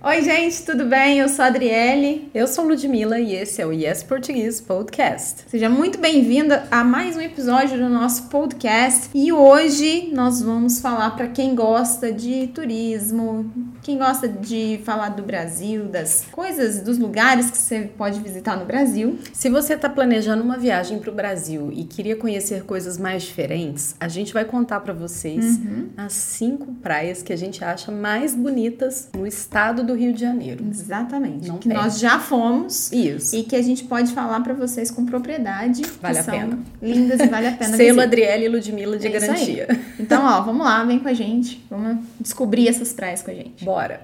Oi, gente, tudo bem? Eu sou a Adriele. Eu sou Ludmilla e esse é o Yes Português Podcast. Seja muito bem-vinda a mais um episódio do nosso podcast. E hoje nós vamos falar para quem gosta de turismo, quem gosta de falar do Brasil, das coisas, dos lugares que você pode visitar no Brasil. Se você está planejando uma viagem para o Brasil e queria conhecer coisas mais diferentes, a gente vai contar para vocês as 5 praias que a gente acha mais bonitas no estado do Rio de Janeiro. Exatamente. Não que perde. nós já fomos. Isso. E que a gente pode falar para vocês com propriedade. Vale a são pena. Lindas e vale a pena Selo visitar. Adriele e Ludmilla de É isso garantia. aí. Então, ó, vamos lá, vem com a gente. Vamos descobrir essas praias com a gente. Bora!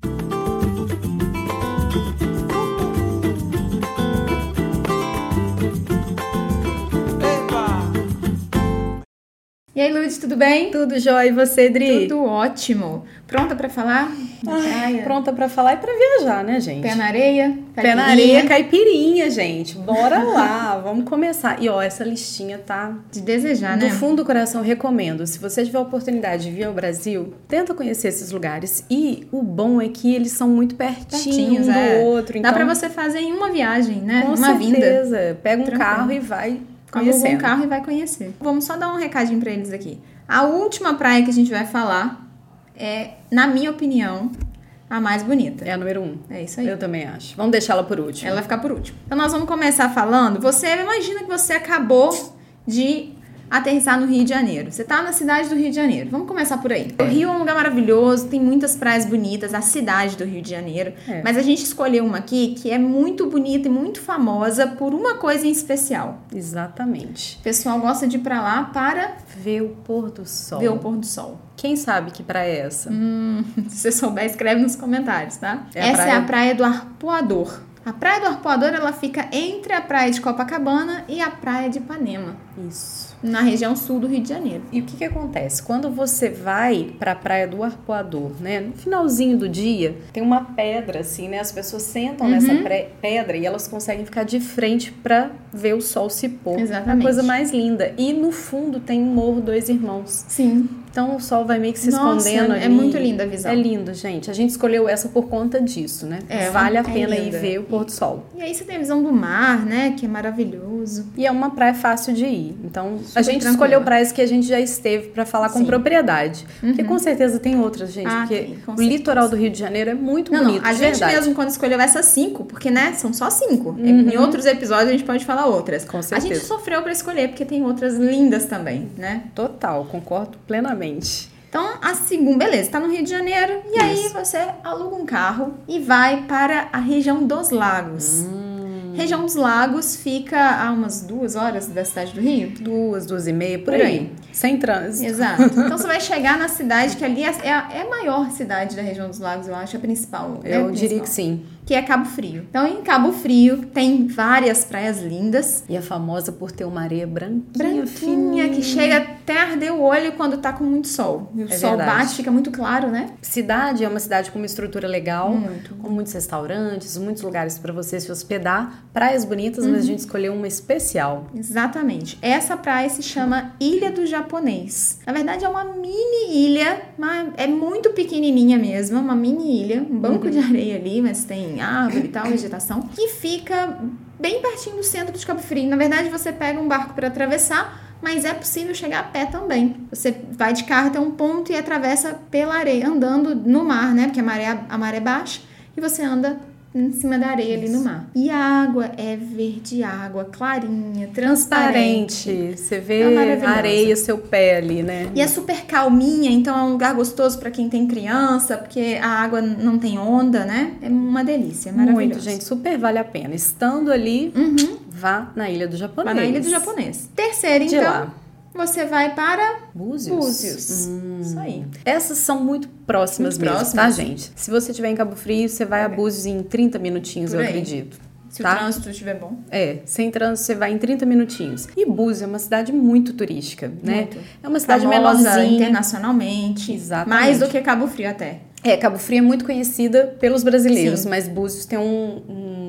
E aí, Lud, tudo bem? Tudo jóia, e você, Dri? Tudo ótimo. Pronta pra falar? Praia? Pronta pra falar e pra viajar, né, gente? Pé na areia? Pé na areia, caipirinha, gente. Bora lá, vamos começar. E ó, essa listinha tá De desejar, né? do fundo do coração, recomendo. Se você tiver a oportunidade de vir ao Brasil, tenta conhecer esses lugares. E o bom é que eles são muito pertinhos um do outro. Dá Então, pra você fazer em uma viagem, né? com uma vinda. certeza. Pega um Tranquilo. carro e vai Aluga conhecendo. um carro e vai conhecer. Vamos só dar um recadinho pra eles aqui. A última praia que a gente vai falar é, na minha opinião, a mais bonita. É a número 1. É isso aí. Eu também acho. Vamos deixar ela por último. Ela vai ficar por último. Então nós vamos começar falando. Você imagina que você acabou de aterrissar no Rio de Janeiro. Você tá na cidade do Rio de Janeiro. Vamos começar por aí. O Rio é um lugar maravilhoso, tem muitas praias bonitas, a cidade do Rio de Janeiro. É. Mas a gente escolheu uma aqui que é muito bonita e muito famosa por uma coisa em especial. Exatamente. O pessoal gosta de ir pra lá para Ver o pôr do sol. ver o pôr do sol. Quem sabe que praia é essa? Se você souber, escreve nos comentários, tá? É a Essa praia- é a praia do Arpoador. A praia do Arpoador, ela fica entre a praia de Copacabana e a praia de Ipanema, Isso. na região sul do Rio de Janeiro. E o que acontece? Quando você vai para a praia do Arpoador, né? No finalzinho do dia, tem uma pedra assim, né? As pessoas sentam nessa pedra e elas conseguem ficar de frente para ver o sol se pôr. Exatamente. É a coisa mais linda. E no fundo tem um Morro Dois Irmãos. Sim. Então o sol vai meio que se Nossa, escondendo ali. é muito linda a visão. É lindo, gente. A gente escolheu essa por conta disso, né? É, vale a é pena ir linda. ver o pôr do sol. E aí você tem a visão do mar, né? Que é maravilhoso. E é uma praia fácil de ir. Então, Super a gente tranquila. escolheu praias que a gente já esteve pra falar com Sim. propriedade. Porque com certeza tem outras, gente. Ah, porque tem, com o certeza. litoral do Rio de Janeiro é muito Não, bonito, a de gente verdade. mesmo quando escolheu essas 5, porque, né, são só 5. Em outros episódios a gente pode falar outras. Com A gente certeza. sofreu pra escolher, porque tem outras lindas também, né? Total, concordo plenamente. Então, a segunda, beleza, tá no Rio de Janeiro, e aí Isso. você aluga um carro e vai para a região dos Lagos. Região dos Lagos fica a umas 2 horas da cidade do Rio. 2h30, por Por aí. aí. Sem trânsito. Exato. Então você vai chegar na cidade que ali é a maior cidade da região dos Lagos, eu acho, a principal. né? Eu A diria principal, que sim. que é Cabo Frio. Então, em Cabo Frio tem várias praias lindas. E é famosa por ter uma areia branquinha, Branquinha, que chega até a arder o olho quando tá com muito sol. E o É sol verdade. bate, fica muito claro, né? Cidade é uma cidade com uma estrutura legal, Muito. com muitos restaurantes, muitos lugares para você se hospedar, praias bonitas, mas a gente escolheu uma especial. Exatamente. Essa praia se chama Ilha do Japonês. Na verdade, é uma mini ilha, é muito pequenininha mesmo, uma mini ilha, um banco de areia ali, mas tem árvore e tal, vegetação, que fica bem pertinho do centro de Cabo Frio. Na verdade, você pega um barco para atravessar, mas é possível chegar a pé também. Você vai de carro até um ponto e atravessa pela areia, andando no mar, né? Porque a maré baixa e você anda em cima da areia ali no mar. E a água é verde, água clarinha, transparente. Você É vê maravilhosa. a areia, seu pé ali, né? E é super calminha, então é um lugar gostoso para quem tem criança, porque a água não tem onda, né? É uma delícia, é maravilhoso. Muito, gente, super vale a pena. Estando ali, vá na Ilha do Japonês. Vai na Ilha do Japonês. Terceiro, De então, lá. você vai para Búzios. Búzios. Isso aí. Essas são muito próximas Muito mesmo, próximas. tá, gente? Se você estiver em Cabo Frio, você vai a Búzios em 30 minutinhos, Por eu aí. acredito. Se tá? o trânsito estiver bom. É, sem trânsito você vai em 30 minutinhos. E Búzios é uma cidade muito turística, né? Muito. É uma cidade Famosa menorzinha. internacionalmente. Exatamente. Mais do que Cabo Frio até. É, Cabo Frio é muito conhecida pelos brasileiros, Sim. mas Búzios tem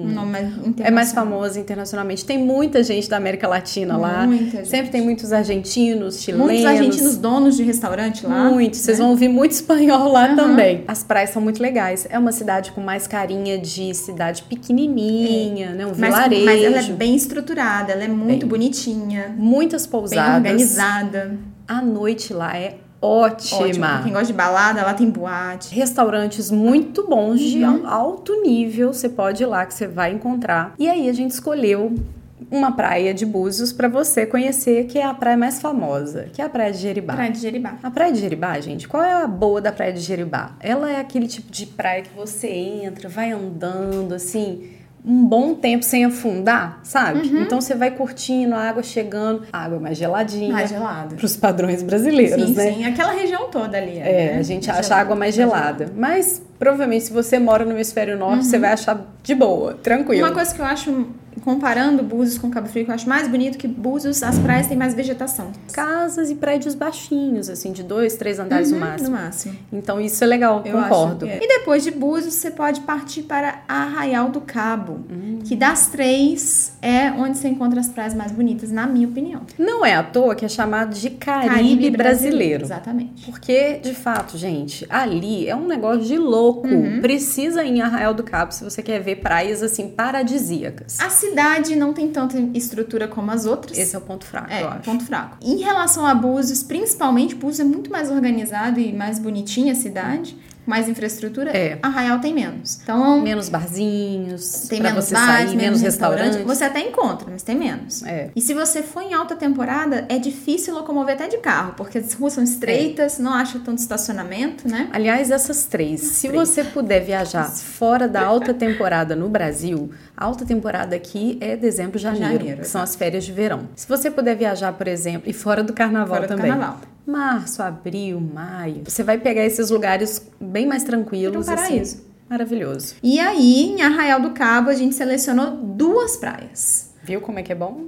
Um nome mais internacional. É mais famosa internacionalmente. Tem muita gente da América Latina lá. Muita gente. Sempre tem muitos argentinos, chilenos. Muitos argentinos donos de restaurante lá. Muitos. Vocês vão ouvir muito espanhol lá também. As praias são muito legais. É uma cidade com mais carinha de cidade pequenininha, né? Um vilarejo. Mas ela é bem estruturada, ela é muito bonitinha. Muitas pousadas. Bem organizada. A noite lá é ótima. Pra quem gosta de balada, lá tem boate. Restaurantes muito bons, de alto nível. Você pode ir lá que você vai encontrar. E aí a gente escolheu uma praia de Búzios para você conhecer, que é a praia mais famosa, que é a Praia de Jeribá. Praia de Jeribá. A Praia de Jeribá, gente, qual é a boa da Praia de Jeribá? Ela é aquele tipo de praia que você entra, vai andando, assim, um bom tempo sem afundar, sabe? Então você vai curtindo, a água chegando, a água mais geladinha. Mais gelada. Pros padrões brasileiros, né? Sim, aquela região toda ali. A gente acha a água mais gelada. Mas, provavelmente, se você mora no hemisfério norte, você vai achar de boa, tranquilo. Uma coisa que eu acho, comparando Búzios com Cabo Frio, que eu acho mais bonito que Búzios, as praias têm mais vegetação. Casas e prédios baixinhos, assim, de 2, 3 andares no máximo. No máximo. Então, isso é legal, Eu concordo. acho que é. E depois de Búzios, você pode partir para Arraial do Cabo, que das 3 é onde você encontra as praias mais bonitas, na minha opinião. Não é à toa que é chamado de Caribe brasileiro. Exatamente. Porque, de fato, gente, ali é um negócio de louco. Precisa ir em Arraial do Cabo se você quer ver praias, assim, paradisíacas. A cidade não tem tanta estrutura como as outras. Esse é o ponto fraco, eu acho. Ponto fraco. Em relação a Búzios, principalmente, Búzios é muito mais organizado e mais bonitinha a cidade. Mais infraestrutura, Arraial tem menos. Então, menos barzinhos, tem pra menos você bares, sair, menos restaurantes. Você até encontra, mas tem menos. E se você for em alta temporada, é difícil locomover até de carro, porque as ruas são estreitas, não acha tanto estacionamento, né? Aliás, essas três, se você puder viajar fora da alta temporada no Brasil, a alta temporada aqui é dezembro, janeiro, que são as férias de verão. Se você puder viajar, por exemplo, e fora do carnaval também. Março, abril, maio. Você vai pegar esses lugares bem mais tranquilos. É um paraíso. Assim, maravilhoso. E aí, em Arraial do Cabo, a gente selecionou 2 praias. Viu como é que é bom?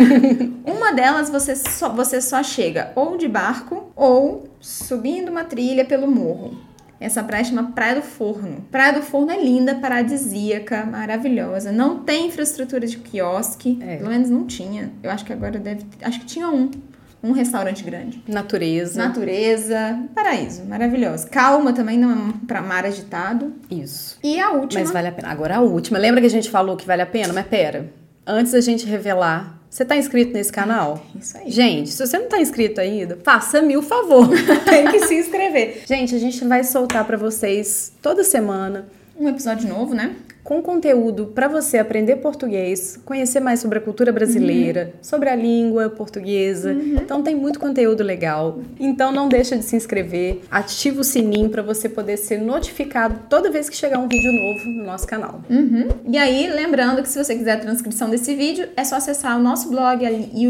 Uma delas você só chega ou de barco ou subindo uma trilha pelo morro. Essa praia chama Praia do Forno. Praia do Forno é linda, paradisíaca, maravilhosa. Não tem infraestrutura de quiosque. Pelo menos não tinha. Eu acho que agora deve ter. Acho que tinha um restaurante grande. Natureza, paraíso, maravilhoso. Calma também, não é pra mar agitado. Isso. E a última. Mas vale a pena. Agora a última. Lembra que a gente falou que vale a pena? Mas pera, antes da gente revelar, você tá inscrito nesse canal? Isso aí. Gente, se você não tá inscrito ainda, faça-me o favor. Tem que se inscrever. Gente, a gente vai soltar pra vocês toda semana um episódio novo, né? Com conteúdo para você aprender português, conhecer mais sobre a cultura brasileira, sobre a língua portuguesa. Então tem muito conteúdo legal. Então não deixa de se inscrever, ativa o sininho para você poder ser notificado toda vez que chegar um vídeo novo no nosso canal. E aí, lembrando que se você quiser a transcrição desse vídeo, é só acessar o nosso blog e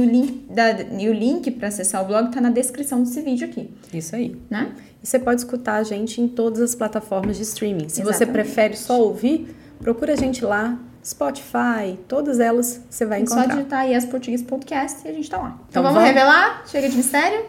o link para acessar o blog tá na descrição desse víeo aqui. Isso aí. Né? E você pode escutar a gente em todas as plataformas de streaming. Se você prefere só ouvir, procura a gente lá, Spotify, todas elas você vai encontrar. Só digitar Yes Português Podcast e a gente tá lá. Então vamos revelar? Chega de mistério?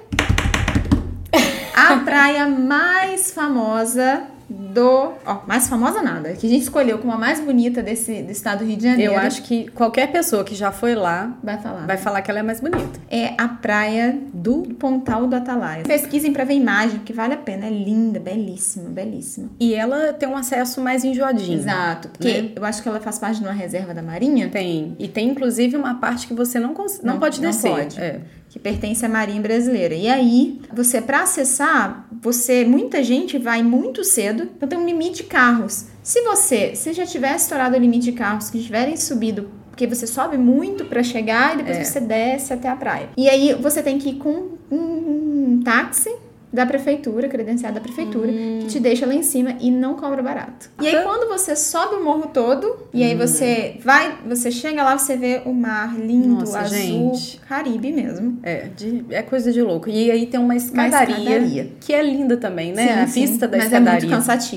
A praia mais famosa mais famosa nada, que a gente escolheu como a mais bonita do estado do Rio de Janeiro. Eu acho que qualquer pessoa que já foi lá vai falar que ela é mais bonita. É a praia do Pontal do Atalaia. Pesquisem pra ver imagem, porque vale a pena. É linda, belíssima, belíssima. E ela tem um acesso mais enjoadinho. Exato, porque eu acho que ela faz parte de uma reserva da Marinha. Tem. E tem, inclusive, uma parte que você não pode descer. Não pode. Que pertence à Marinha Brasileira. E aí, pra acessar, muita gente vai muito cedo, então tem um limite de carros. Se já tiver estourado o limite de carros, que tiverem subido, porque você sobe muito pra chegar e depois você desce até a praia. E aí, você tem que ir com um táxi da prefeitura, credenciado da prefeitura, que te deixa lá em cima e não cobra barato. E aí, quando você sobe o morro todo, e aí você chega lá, você vê o mar lindo, azul, gente. Caribe mesmo. É coisa de louco. E aí tem uma escadaria que é linda também, né? Sim, a vista da mas escadaria. É muito cansativa.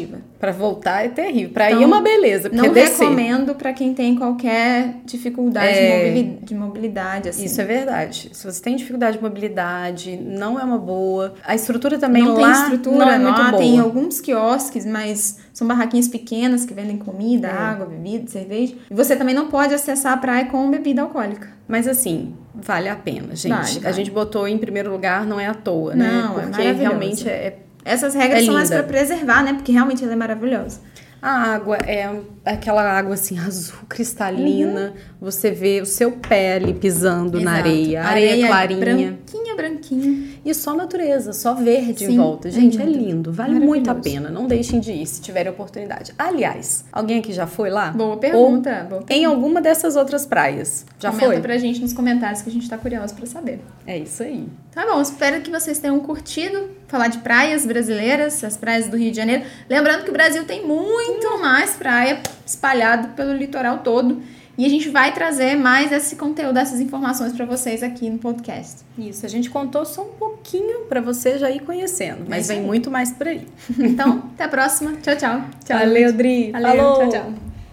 Pra voltar é terrível. Pra ir é uma beleza, porque não descer. recomendo pra quem tem qualquer dificuldade de mobilidade, assim. Isso é verdade. Se você tem dificuldade de mobilidade, não é uma boa. A estrutura também não lá tem estrutura, não é muito lá boa. tem alguns quiosques, mas são barraquinhas pequenas que vendem comida, água, bebida, cerveja. E você também não pode acessar a praia com bebida alcoólica. Mas assim, vale a pena, gente. Vale. A gente botou em primeiro lugar, não é à toa, né? Não, é porque maravilhoso. realmente Essas regras são mais linda. pra preservar, né? Porque realmente ela é maravilhosa. A água é aquela água assim azul cristalina. Você vê o seu pé ali pisando na areia. A areia clarinha. Branquinha. E só natureza, só verde Sim, em volta. Gente, é lindo. lindo. Vale muito a pena. Não deixem de ir se tiverem oportunidade. Aliás, alguém aqui já foi lá? Boa pergunta. Em alguma dessas outras praias? Já Comenta foi? pra gente nos comentários que a gente tá curioso pra saber. É isso aí. Tá bom, espero que vocês tenham curtido falar de praias brasileiras, as praias do Rio de Janeiro. Lembrando que o Brasil tem muito mais praia espalhado pelo litoral todo. E a gente vai trazer mais esse conteúdo, essas informações pra vocês aqui no podcast. Isso, a gente contou só um pouquinho pra você já ir conhecendo. Mas vem muito mais por aí. Então, até a próxima. Tchau, tchau. Valeu, Dri. Valeu, Falou. tchau, tchau.